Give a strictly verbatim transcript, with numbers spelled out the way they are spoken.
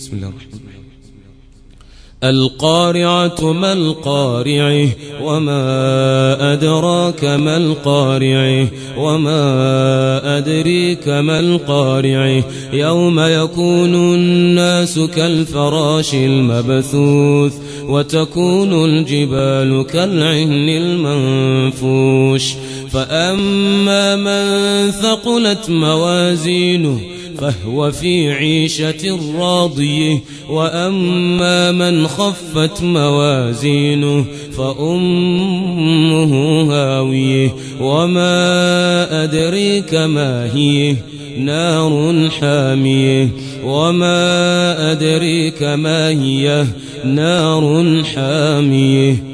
بسم الله الرحمن الرحيم. القارعة ما القارعة وما أدراك ما القارعة وما أدريك ما القارعة يوم يكون الناس كالفراش المبثوث وتكون الجبال كالعهن المنفوش فأما من ثقلت موازينه فهو في عيشة راضية وأما من خفت موازينه فأمه هاوية وما أدريك ما هي نار حامية وما أدريك ما هي نار حامية